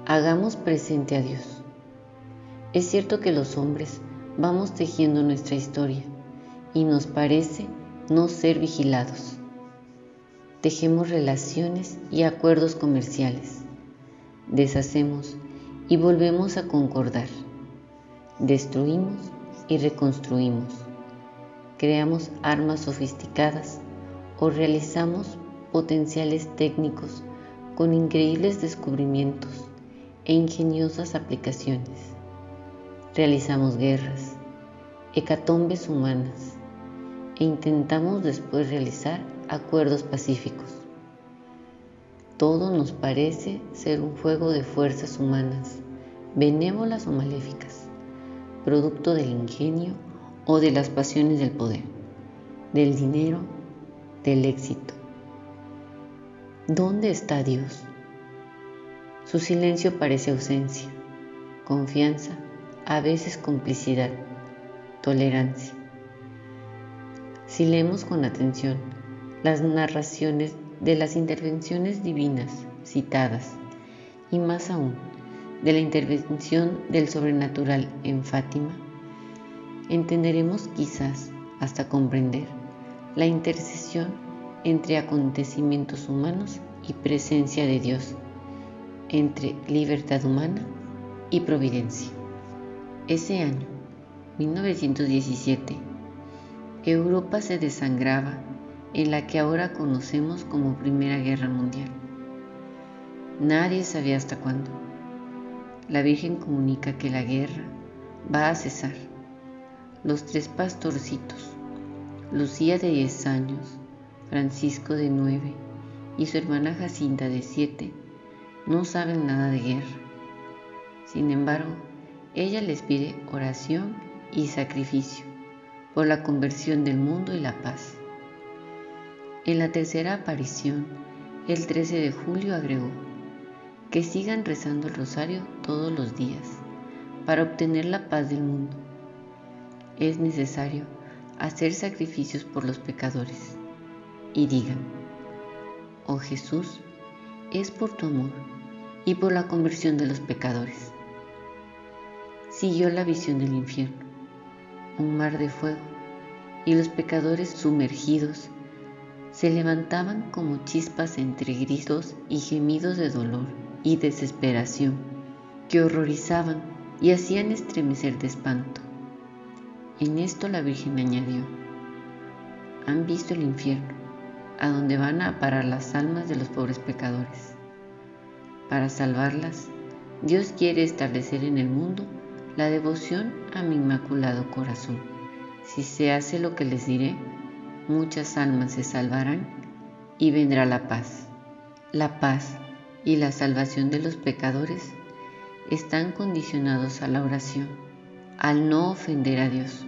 Hagamos presente a Dios. Es cierto que los hombres vamos tejiendo nuestra historia y nos parece no ser vigilados. Tejemos relaciones y acuerdos comerciales. Deshacemos y volvemos a concordar. Destruimos y reconstruimos. Creamos armas sofisticadas o realizamos potenciales técnicos con increíbles descubrimientos e ingeniosas aplicaciones. Realizamos guerras, hecatombes humanas e intentamos después realizar acuerdos pacíficos. Todo nos parece ser un juego de fuerzas humanas, benévolas o maléficas, producto del ingenio o de las pasiones del poder, del dinero, del éxito. ¿Dónde está Dios? Su silencio parece ausencia, confianza, a veces complicidad, tolerancia. Si leemos con atención las narraciones de las intervenciones divinas citadas, y más aún de la intervención del sobrenatural en Fátima, entenderemos quizás hasta comprender la intercesión entre acontecimientos humanos y presencia de Dios, entre libertad humana y providencia. Ese año, 1917, Europa se desangraba en la que ahora conocemos como Primera Guerra Mundial. Nadie sabía hasta cuándo. La Virgen comunica que la guerra va a cesar. Los tres pastorcitos, Lucía de 10 años, Francisco de 9 y su hermana Jacinta de 7, no saben nada de guerra. Sin embargo, ella les pide oración y sacrificio por la conversión del mundo y la paz. En la tercera aparición, el 13 de julio agregó que sigan rezando el rosario todos los días para obtener la paz del mundo. Es necesario hacer sacrificios por los pecadores y digan: oh Jesús, es por tu amor y por la conversión de los pecadores. Siguió la visión del infierno, un mar de fuego, y los pecadores sumergidos se levantaban como chispas entre gritos y gemidos de dolor y desesperación que horrorizaban y hacían estremecer de espanto. En esto la Virgen añadió: ¿han visto el infierno, a donde van a parar las almas de los pobres pecadores? Para salvarlas, Dios quiere establecer en el mundo la devoción a mi Inmaculado Corazón. Si se hace lo que les diré, muchas almas se salvarán y vendrá la paz. La paz y la salvación de los pecadores están condicionados a la oración, al no ofender a Dios.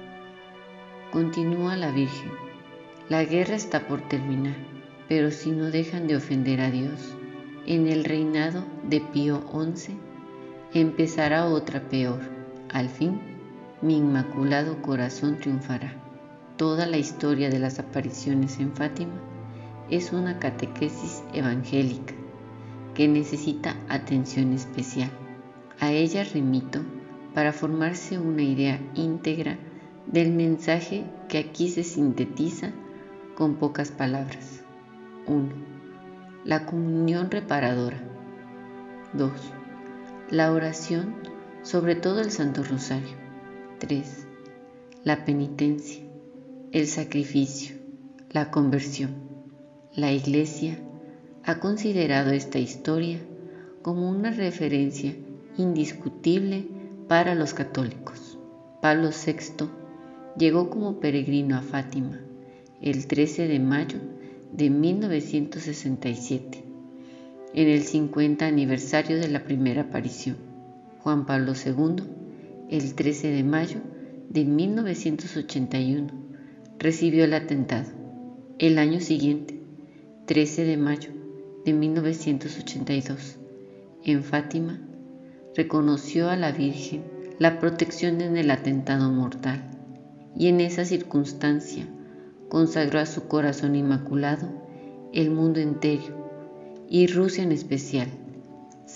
Continúa la Virgen: la guerra está por terminar, pero si no dejan de ofender a Dios, en el reinado de Pío XI empezará otra peor. Al fin, mi Inmaculado Corazón triunfará. Toda la historia de las apariciones en Fátima es una catequesis evangélica que necesita atención especial. A ella remito para formarse una idea íntegra del mensaje que aquí se sintetiza con pocas palabras. 1. La comunión reparadora. 2. La oración, sobre todo el Santo Rosario. 3. La penitencia, el sacrificio, la conversión. La Iglesia ha considerado esta historia como una referencia indiscutible para los católicos. Pablo VI llegó como peregrino a Fátima el 13 de mayo de 1967, en el 50 aniversario de la primera aparición. Juan Pablo II, el 13 de mayo de 1981, recibió el atentado. El año siguiente, 13 de mayo de 1982, en Fátima, reconoció a la Virgen la protección en el atentado mortal y en esa circunstancia consagró a su corazón inmaculado el mundo entero y Rusia en especial,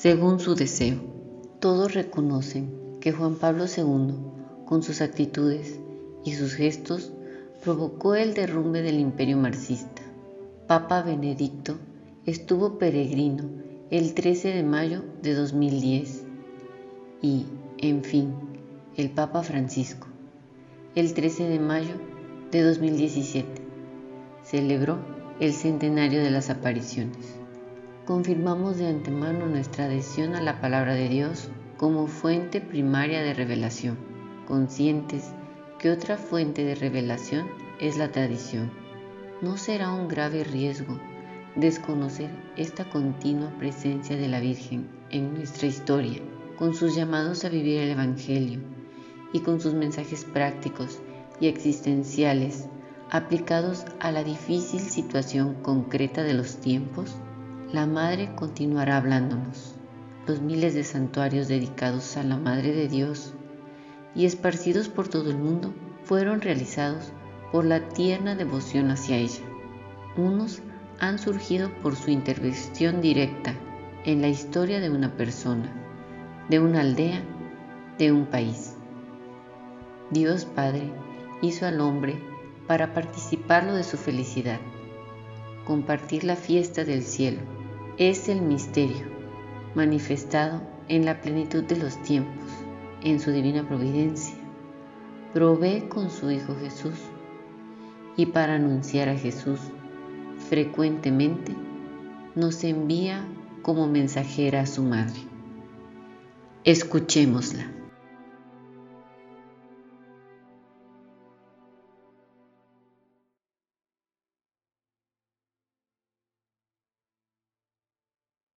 según su deseo. Todos reconocen que Juan Pablo II, con sus actitudes y sus gestos, provocó el derrumbe del imperio marxista. Papa Benedicto estuvo peregrino el 13 de mayo de 2010 y, en fin, el Papa Francisco, el 13 de mayo de 2017, celebró el centenario de las apariciones. Confirmamos de antemano nuestra adhesión a la palabra de Dios como fuente primaria de revelación, conscientes que otra fuente de revelación es la tradición. ¿No será un grave riesgo desconocer esta continua presencia de la Virgen en nuestra historia, con sus llamados a vivir el Evangelio y con sus mensajes prácticos y existenciales aplicados a la difícil situación concreta de los tiempos? La Madre continuará hablándonos. Los miles de santuarios dedicados a la Madre de Dios y esparcidos por todo el mundo fueron realizados por la tierna devoción hacia ella. Unos han surgido por su intervención directa en la historia de una persona, de una aldea, de un país. Dios Padre hizo al hombre para participarlo de su felicidad. Compartir la fiesta del cielo es el misterio manifestado en la plenitud de los tiempos, en su divina providencia. Provee con su Hijo Jesús, y para anunciar a Jesús frecuentemente nos envía como mensajera a su Madre. Escuchémosla.